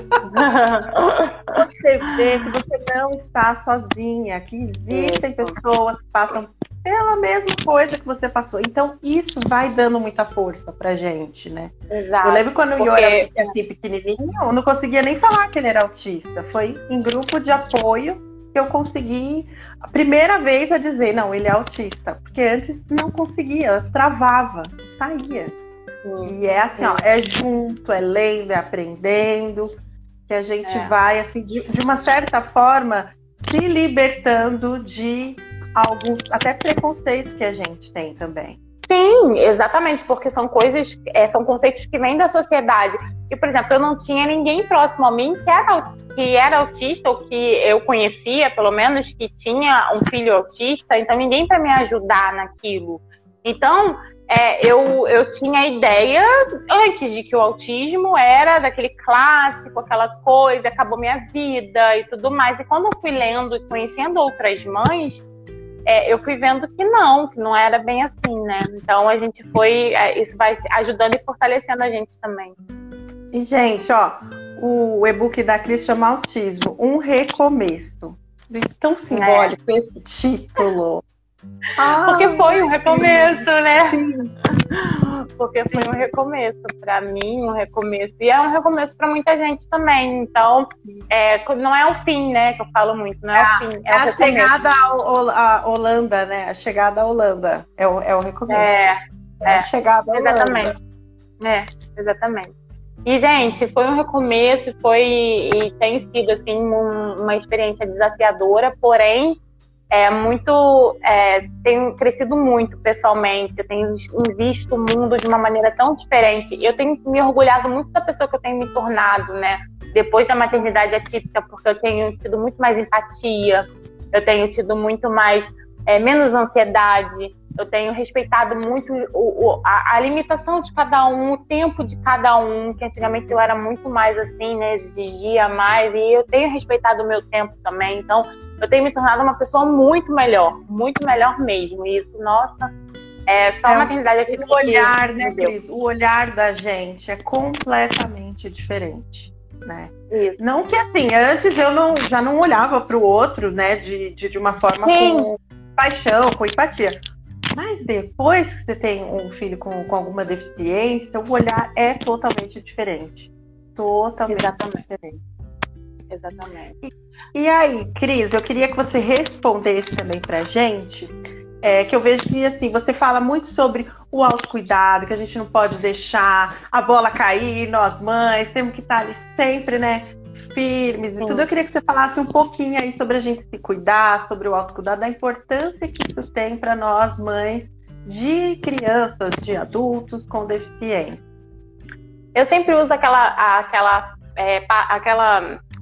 Você vê que você não está sozinha, que existem pessoas que passam pela mesma coisa que você passou. Então, isso vai dando muita força pra gente, né? Exato. Eu lembro quando o Iô era assim, pequenininho, eu não conseguia nem falar que ele era autista. Foi em grupo de apoio que eu consegui, a primeira vez, a dizer, não, ele é autista. Porque antes não conseguia, travava, não saía. E é assim, é junto, é lendo, é aprendendo, que a gente vai, assim, de uma certa forma, se libertando de alguns, até preconceitos que a gente tem também. Sim, exatamente, porque são coisas, são conceitos que vêm da sociedade. E, por exemplo, eu não tinha ninguém próximo a mim que era autista, ou que eu conhecia, pelo menos, que tinha um filho autista, então ninguém para me ajudar naquilo. Então, eu tinha a ideia, antes de que o autismo era daquele clássico, aquela coisa, acabou minha vida e tudo mais. E quando eu fui lendo e conhecendo outras mães, eu fui vendo que não era bem assim, né? Então a gente isso vai ajudando e fortalecendo a gente também. E, gente, o e-book da Cris chama Autismo, um recomeço. Tão simbólico esse título. Porque foi um recomeço, né? Sim. Porque foi um recomeço para mim, um recomeço. E é um recomeço para muita gente também. Então, não é o fim, né? Que eu falo muito, não é o fim. É a chegada à Holanda, né? A chegada à Holanda. É o recomeço. É a chegada à Holanda. Exatamente. Exatamente. E, gente, foi um recomeço, e tem sido, assim, uma experiência desafiadora, porém, tenho crescido muito pessoalmente, eu tenho visto o mundo de uma maneira tão diferente. Eu tenho me orgulhado muito da pessoa que eu tenho me tornado, né? Depois da maternidade atípica, porque eu tenho tido muito mais empatia, eu tenho tido muito mais, menos ansiedade, eu tenho respeitado muito a limitação de cada um, o tempo de cada um, que antigamente eu era muito mais assim, né? Exigia mais, e eu tenho respeitado o meu tempo também. Então, eu tenho me tornado uma pessoa muito melhor mesmo. E isso, nossa, só a maternidade atípica. O olhar, né, Cris? O olhar da gente é completamente diferente, né? Isso. Não que assim, antes eu já não olhava para o outro, né, de uma forma com paixão, com empatia. Mas depois que você tem um filho com alguma deficiência, o olhar é totalmente diferente. Totalmente diferente. Exatamente. E aí, Cris, eu queria que você respondesse também pra gente, que eu vejo que assim, você fala muito sobre o autocuidado, que a gente não pode deixar a bola cair, nós mães, temos que estar ali sempre, né, firmes e tudo. Eu queria que você falasse um pouquinho aí sobre a gente se cuidar, sobre o autocuidado, da importância que isso tem para nós mães de crianças, de adultos com deficiência. Eu sempre uso aquela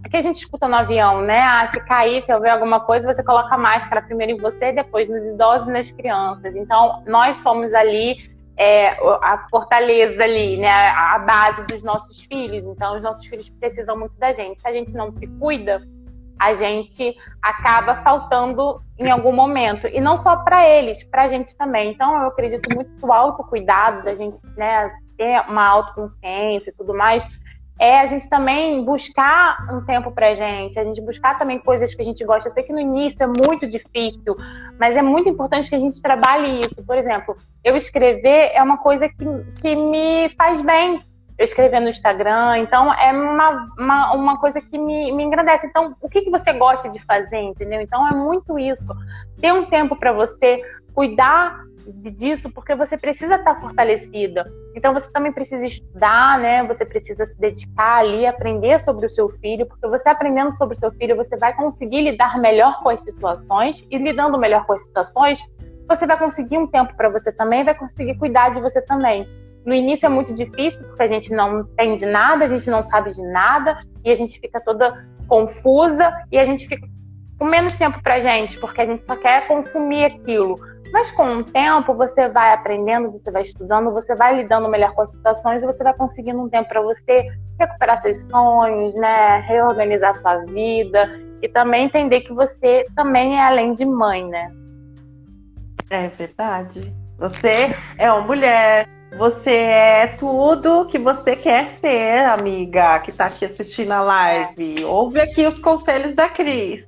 que a gente escuta no avião, né? Ah, se cair, se houver alguma coisa, você coloca a máscara primeiro em você, depois nos idosos e nas crianças. Então, nós somos ali a fortaleza ali, né? A base dos nossos filhos. Então, os nossos filhos precisam muito da gente. Se a gente não se cuida, a gente acaba faltando em algum momento. E não só para eles, para a gente também. Então, eu acredito muito no autocuidado da gente, né? Ter uma autoconsciência e tudo mais. A gente também buscar um tempo pra gente, a gente buscar também coisas que a gente gosta. Eu sei que no início é muito difícil, mas é muito importante que a gente trabalhe isso. Por exemplo, eu escrever é uma coisa que me faz bem. Eu escrever no Instagram, então é uma coisa que me engrandece. Então, o que você gosta de fazer, entendeu? Então, é muito isso. Ter um tempo para você cuidar disso, porque você precisa estar fortalecida. Então, você também precisa estudar, né? Você precisa se dedicar ali, aprender sobre o seu filho, porque você aprendendo sobre o seu filho, você vai conseguir lidar melhor com as situações, e lidando melhor com as situações, você vai conseguir um tempo para você também, vai conseguir cuidar de você também. No início é muito difícil, porque a gente não entende nada, a gente não sabe de nada, e a gente fica toda confusa, e a gente fica com menos tempo pra gente, porque a gente só quer consumir aquilo. Mas com o tempo, você vai aprendendo, você vai estudando, você vai lidando melhor com as situações, e você vai conseguindo um tempo para você recuperar seus sonhos, né? Reorganizar sua vida, e também entender que você também é além de mãe, né? É verdade. Você é uma mulher, você é tudo que você quer ser, amiga, que tá aqui assistindo a live. Ouve aqui os conselhos da Cris.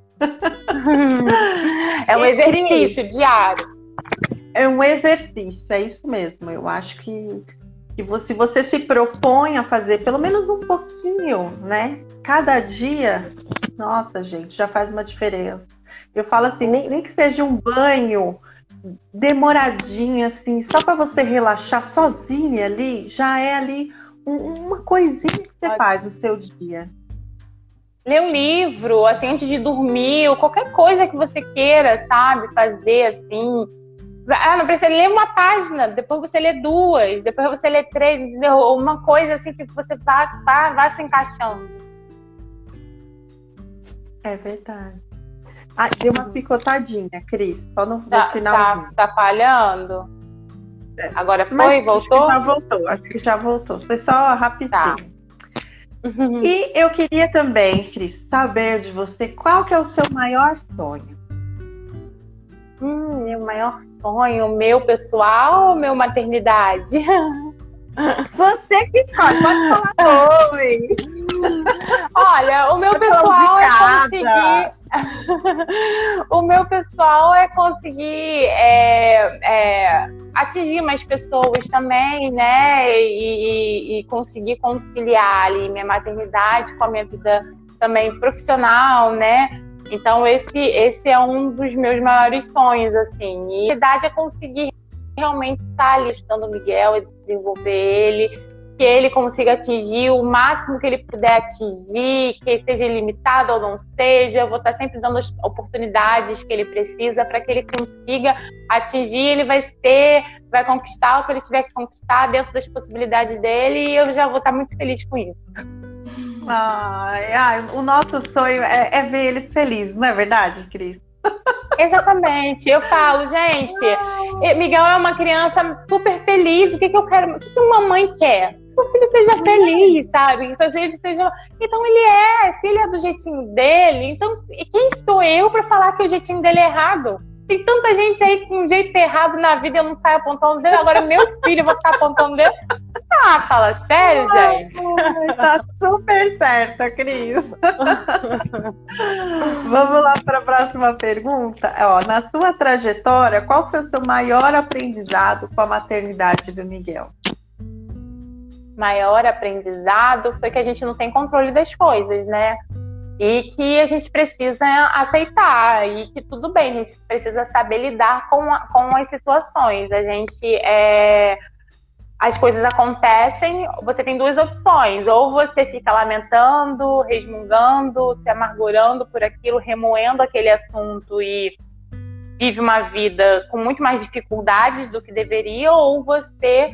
É um exercício diário. É um exercício, é isso mesmo. Eu acho que se você se propõe a fazer pelo menos um pouquinho, né? Cada dia, nossa, gente, já faz uma diferença. Eu falo assim, nem que seja um banho demoradinho, assim, só para você relaxar sozinha ali, já é ali uma coisinha que você faz no seu dia. Ler um livro, assim, antes de dormir, ou qualquer coisa que você queira, sabe, fazer, assim. Ah, não precisa ler uma página, depois você lê 2, depois você lê 3, entendeu? Uma coisa assim que você vai se encaixando. É verdade. Ah, deu uma picotadinha, Cris, só no finalzinho. Tá falhando? Agora foi? Voltou? Acho que já voltou. Foi só rapidinho. Tá. E eu queria também, Cris, saber de você qual que é o seu maior sonho? Meu maior sonho, meu pessoal ou meu maternidade? Você que escolhe, pode falar dois. Olha, o meu pessoal é conseguir. O meu pessoal é conseguir atingir mais pessoas também, né? E conseguir conciliar ali minha maternidade com a minha vida também profissional, né? Então esse é um dos meus maiores sonhos, assim. E a verdade é conseguir realmente estar ali estudando o Miguel e desenvolver ele, que ele consiga atingir o máximo que ele puder atingir, que seja ilimitado ou não seja. Eu vou estar sempre dando as oportunidades que ele precisa para que ele consiga atingir. Ele vai conquistar o que ele tiver que conquistar dentro das possibilidades dele, e eu já vou estar muito feliz com isso. O nosso sonho é ver eles felizes, não é verdade, Cris? Exatamente. Eu falo, gente, Miguel é uma criança super feliz. O que eu quero? O que uma mãe quer? Que seu filho seja feliz, sabe? Que seu filho seja. Então se ele é do jeitinho dele, então quem sou eu para falar que o jeitinho dele é errado? Tem tanta gente aí com um jeito errado na vida e eu não saio apontando o dedo. Agora meu filho, eu vou ficar apontando o dedo. Ah, fala sério, gente? Tá super certa, Cris. Vamos lá para a próxima pergunta. Na sua trajetória, qual foi o seu maior aprendizado com a maternidade do Miguel? Maior aprendizado foi que a gente não tem controle das coisas, né? E que a gente precisa aceitar, e que tudo bem, a gente precisa saber lidar com as situações. As coisas acontecem, você tem duas opções: ou você fica lamentando, resmungando, se amargurando por aquilo, remoendo aquele assunto e vive uma vida com muito mais dificuldades do que deveria, ou você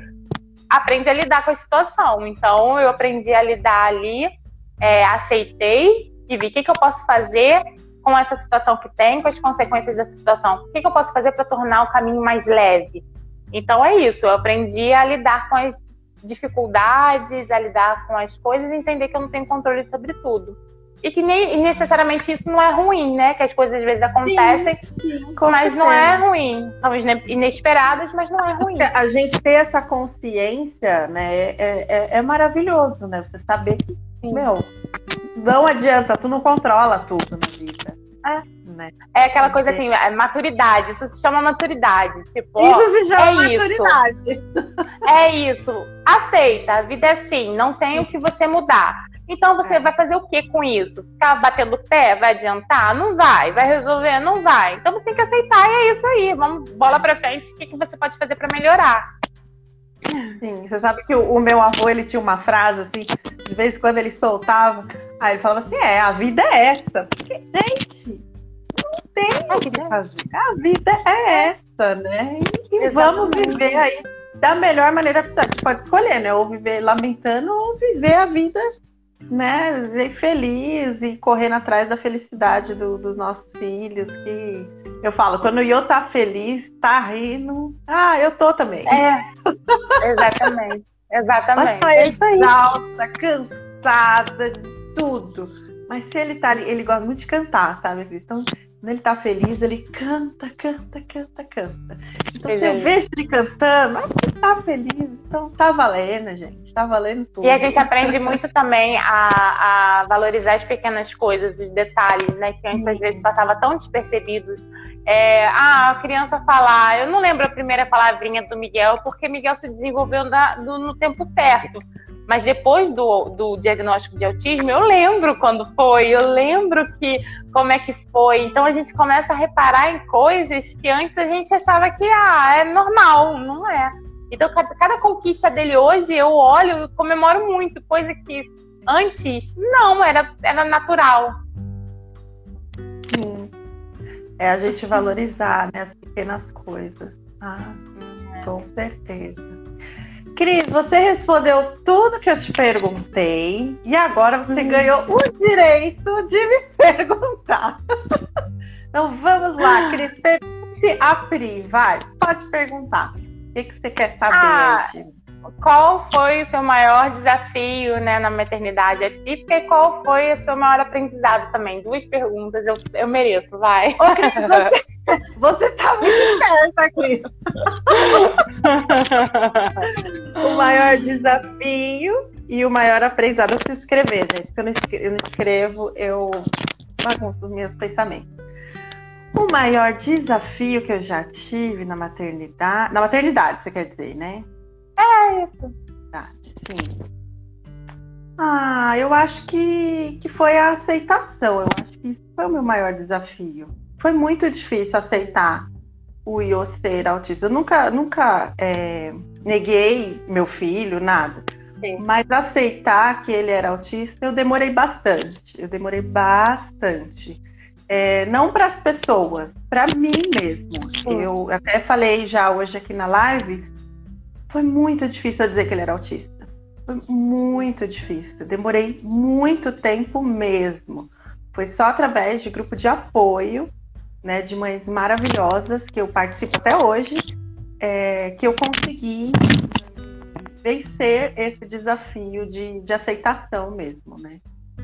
aprende a lidar com a situação. Então eu aprendi a lidar ali, aceitei e vi o que eu posso fazer com essa situação que tem, com as consequências dessa situação. O que eu posso fazer para tornar o caminho mais leve? Então é isso, eu aprendi a lidar com as dificuldades, a lidar com as coisas e entender que eu não tenho controle sobre tudo. E que nem necessariamente isso não é ruim, né? Que as coisas às vezes acontecem, mas não é ruim. São inesperadas, mas não é ruim. A gente ter essa consciência, né, é maravilhoso, né? Você saber que, não adianta, tu não controla tudo na vida. Né? É aquela coisa assim, maturidade, isso se chama maturidade. Tipo, isso se chama maturidade. É isso. Aceita, a vida é assim, não tem o que você mudar. Então você vai fazer o que com isso? Ficar batendo o pé? Vai adiantar? Não vai. Vai resolver? Não vai. Então você tem que aceitar e é isso aí. Vamos, bola pra frente. O que você pode fazer pra melhorar? Sim, você sabe que o meu avô, ele tinha uma frase assim, de vez em quando ele soltava, aí ele falava assim, a vida é essa. Porque, gente, não tem o que fazer. A vida é essa, né? E vamos viver aí da melhor maneira possível. A gente pode escolher, né? Ou viver lamentando ou viver a vida, né, ser feliz e correndo atrás da felicidade dos nossos filhos, que eu falo, quando eu tá feliz, tá rindo, eu tô também. Exatamente. Mas tá exausta, cansada, de tudo. Mas se ele tá ali, ele gosta muito de cantar, sabe? Então, quando ele tá feliz, ele canta. Então, você vejo ele cantando, ele tá feliz. Então, tá valendo, gente. Tá valendo tudo. E a gente aprende muito também a valorizar as pequenas coisas, os detalhes, né? Que antes, às vezes, passava tão despercebidos. A criança falar... Eu não lembro a primeira palavrinha do Miguel, porque Miguel se desenvolveu no tempo certo. Mas depois do diagnóstico de autismo, eu lembro quando foi, eu lembro como é que foi. Então a gente começa a reparar em coisas que antes a gente achava que é normal, não é. Então cada conquista dele hoje eu olho e comemoro muito, coisa que antes não, era natural. Sim. É a gente valorizar, né, as pequenas coisas. Com certeza. Cris, você respondeu tudo que eu te perguntei e agora você ganhou o direito de me perguntar. Então vamos lá, Cris, pergunte a Pri, vai, pode perguntar. O que você quer saber? Qual foi o seu maior desafio, né, na maternidade atípica e qual foi o seu maior aprendizado também? 2 perguntas, eu mereço, vai. Ô, Cris, você tá muito esperta, Cris. O maior desafio e o maior aprendizado. Eu preciso escrever, gente. Se eu não escrevo, eu bagunço os meus pensamentos. O maior desafio que eu já tive na maternidade... Na maternidade, você quer dizer, né? É isso. Tá, sim. Eu acho que foi a aceitação. Eu acho que isso foi o meu maior desafio. Foi muito difícil aceitar o Iô ser autista. Eu nunca neguei meu filho, nada. Sim. Mas aceitar que ele era autista, eu demorei bastante. Não para as pessoas, para mim mesmo. Sim. Eu até falei já hoje aqui na live, foi muito difícil eu dizer que ele era autista. Foi muito difícil. Eu demorei muito tempo mesmo. Foi só através de grupo de apoio, né, de mães maravilhosas, que eu participo até hoje, que eu consegui vencer esse desafio de aceitação mesmo, né?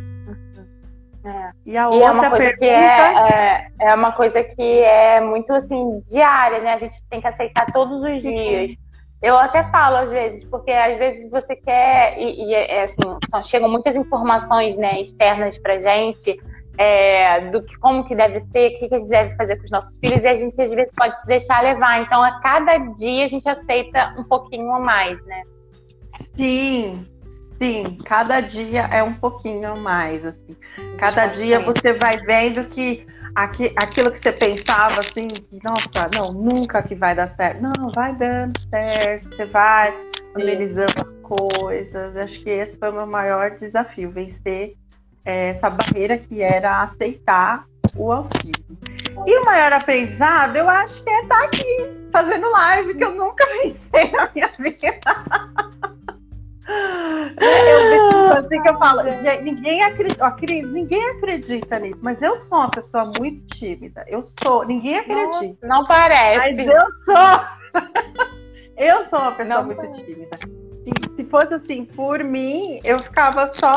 E a outra uma coisa pergunta... é uma coisa que é muito assim diária, né? A gente tem que aceitar todos os dias. Eu até falo às vezes, porque às vezes você quer assim, chegam muitas informações, né, externas pra gente, do que como que deve ser, o que a gente deve fazer com os nossos filhos, e a gente às vezes pode se deixar levar. Então a cada dia a gente aceita um pouquinho a mais, né? Sim, cada dia é um pouquinho a mais, assim. Cada dia você vai vendo que aquilo que você pensava, assim, que, nossa, não, nunca que vai dar certo. Não, vai dando certo, você vai amenizando as coisas. Acho que esse foi o meu maior desafio, vencer essa barreira que era aceitar o autismo. E o maior aprendizado, eu acho que é estar aqui, fazendo live, que eu nunca pensei na minha vida. Eu assim que eu falo, gente, ninguém acredita, ó, Cris, ninguém acredita nisso, mas eu sou uma pessoa muito tímida. Ninguém acredita. Não parece. Mas eu sou. Eu sou uma pessoa muito tímida. Se fosse assim, por mim, eu ficava só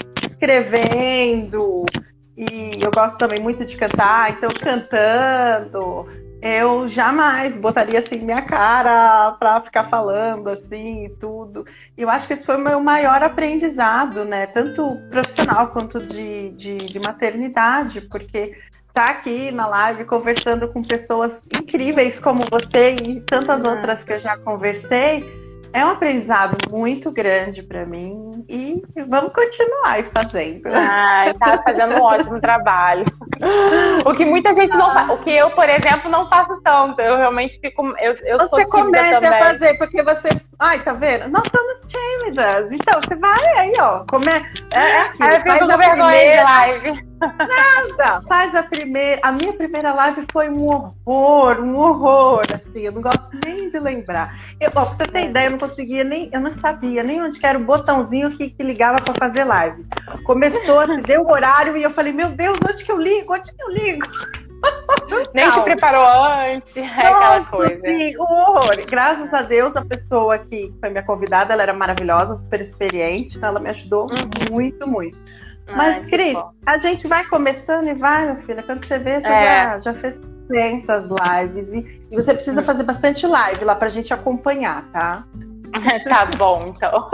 escrevendo. E eu gosto também muito de cantar, então cantando. Eu jamais botaria assim minha cara para ficar falando assim e tudo. Eu acho que esse foi o meu maior aprendizado, né? Tanto profissional quanto de maternidade, porque tá aqui na live conversando com pessoas incríveis como você e tantas outras que eu já conversei. É um aprendizado muito grande para mim e vamos continuar aí fazendo. Tá fazendo um ótimo trabalho. O que muita gente não faz. O que eu, por exemplo, não faço tanto. Eu realmente fico. Eu sou tímida também. Você comece a fazer, porque você. Ai, tá vendo? Nós somos tímidas. Então, você vai aí, ó. Eu fico com vergonha de live. Nada. Faz a primeira. A minha primeira live foi um horror, assim. Eu não gosto nem de lembrar. Pra você ter ideia, eu não conseguia nem. Eu não sabia nem onde que era o botãozinho que ligava pra fazer live. Começou, se deu o horário e eu falei, meu Deus, onde que eu ligo? Nem se preparou antes, aquela coisa. Sim, um horror. Graças a Deus, a pessoa que foi minha convidada, ela era maravilhosa, super experiente, então ela me ajudou muito, muito. Mas, Cris, a gente vai começando e vai, minha filha. Quando você vê, você já fez 300 lives. E você precisa fazer bastante live lá pra gente acompanhar, tá? Tá bom, então.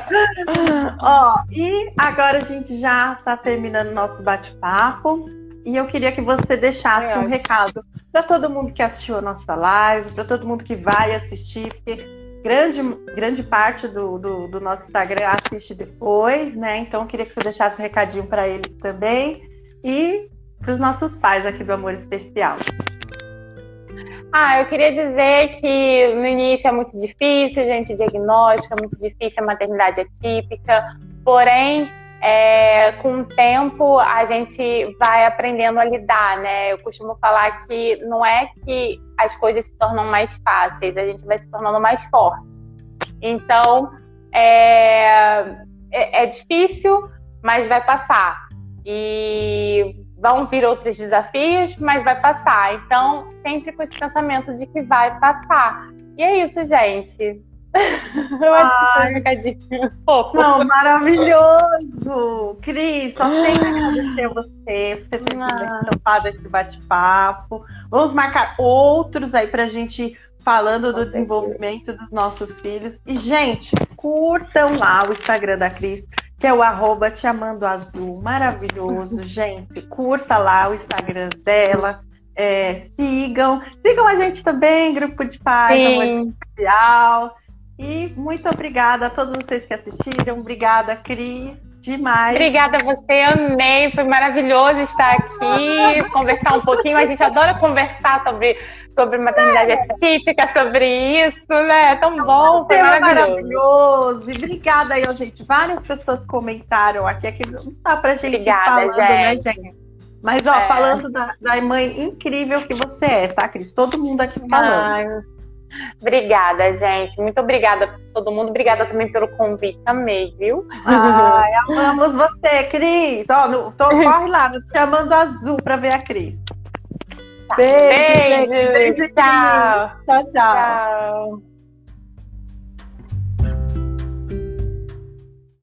Ó, e agora a gente já tá terminando o nosso bate-papo. E eu queria que você deixasse um recado para todo mundo que assistiu a nossa live, para todo mundo que vai assistir, porque grande parte do nosso Instagram assiste depois, né? Então eu queria que você deixasse um recadinho para eles também e para os nossos pais aqui do Amor Especial. Eu queria dizer que no início é muito difícil, gente, diagnóstico, é muito difícil a maternidade atípica, porém, com o tempo a gente vai aprendendo a lidar, né? Eu costumo falar que não é que as coisas se tornam mais fáceis, a gente vai se tornando mais forte. Então, é difícil, mas vai passar. E vão vir outros desafios, mas vai passar. Então, sempre com esse pensamento de que vai passar. E é isso, gente. Eu acho que foi um recadinho fofo. Não, maravilhoso! Cris, só tenho que agradecer a você por ter participado desse bate-papo. Vamos marcar outros aí pra gente falando do desenvolvimento dos nossos filhos. E, gente, curtam lá o Instagram da Cris, que é o @teamandoazul. Maravilhoso, gente. Curta lá o Instagram dela. Sigam a gente também, Grupo de Pais, Amor Especial. E muito obrigada a todos vocês que assistiram. Obrigada, Cris. Demais. Obrigada a você, amei. Foi maravilhoso estar aqui, conversar um pouquinho. A gente adora conversar sobre maternidade atípica, sobre isso, né? É tão bom, foi maravilhoso. E obrigada aí, gente. Várias pessoas comentaram aqui não dá pra gente obrigada, falando, né, gente? Mas, falando da mãe incrível que você é, tá, Cris? Todo mundo aqui falando. Obrigada, gente. Muito obrigada a todo mundo. Obrigada também pelo convite. Amei, viu? Amamos você, Cris. Corre lá, no Te Amando Azul pra ver a Cris. Beijo. Tchau. Tchau.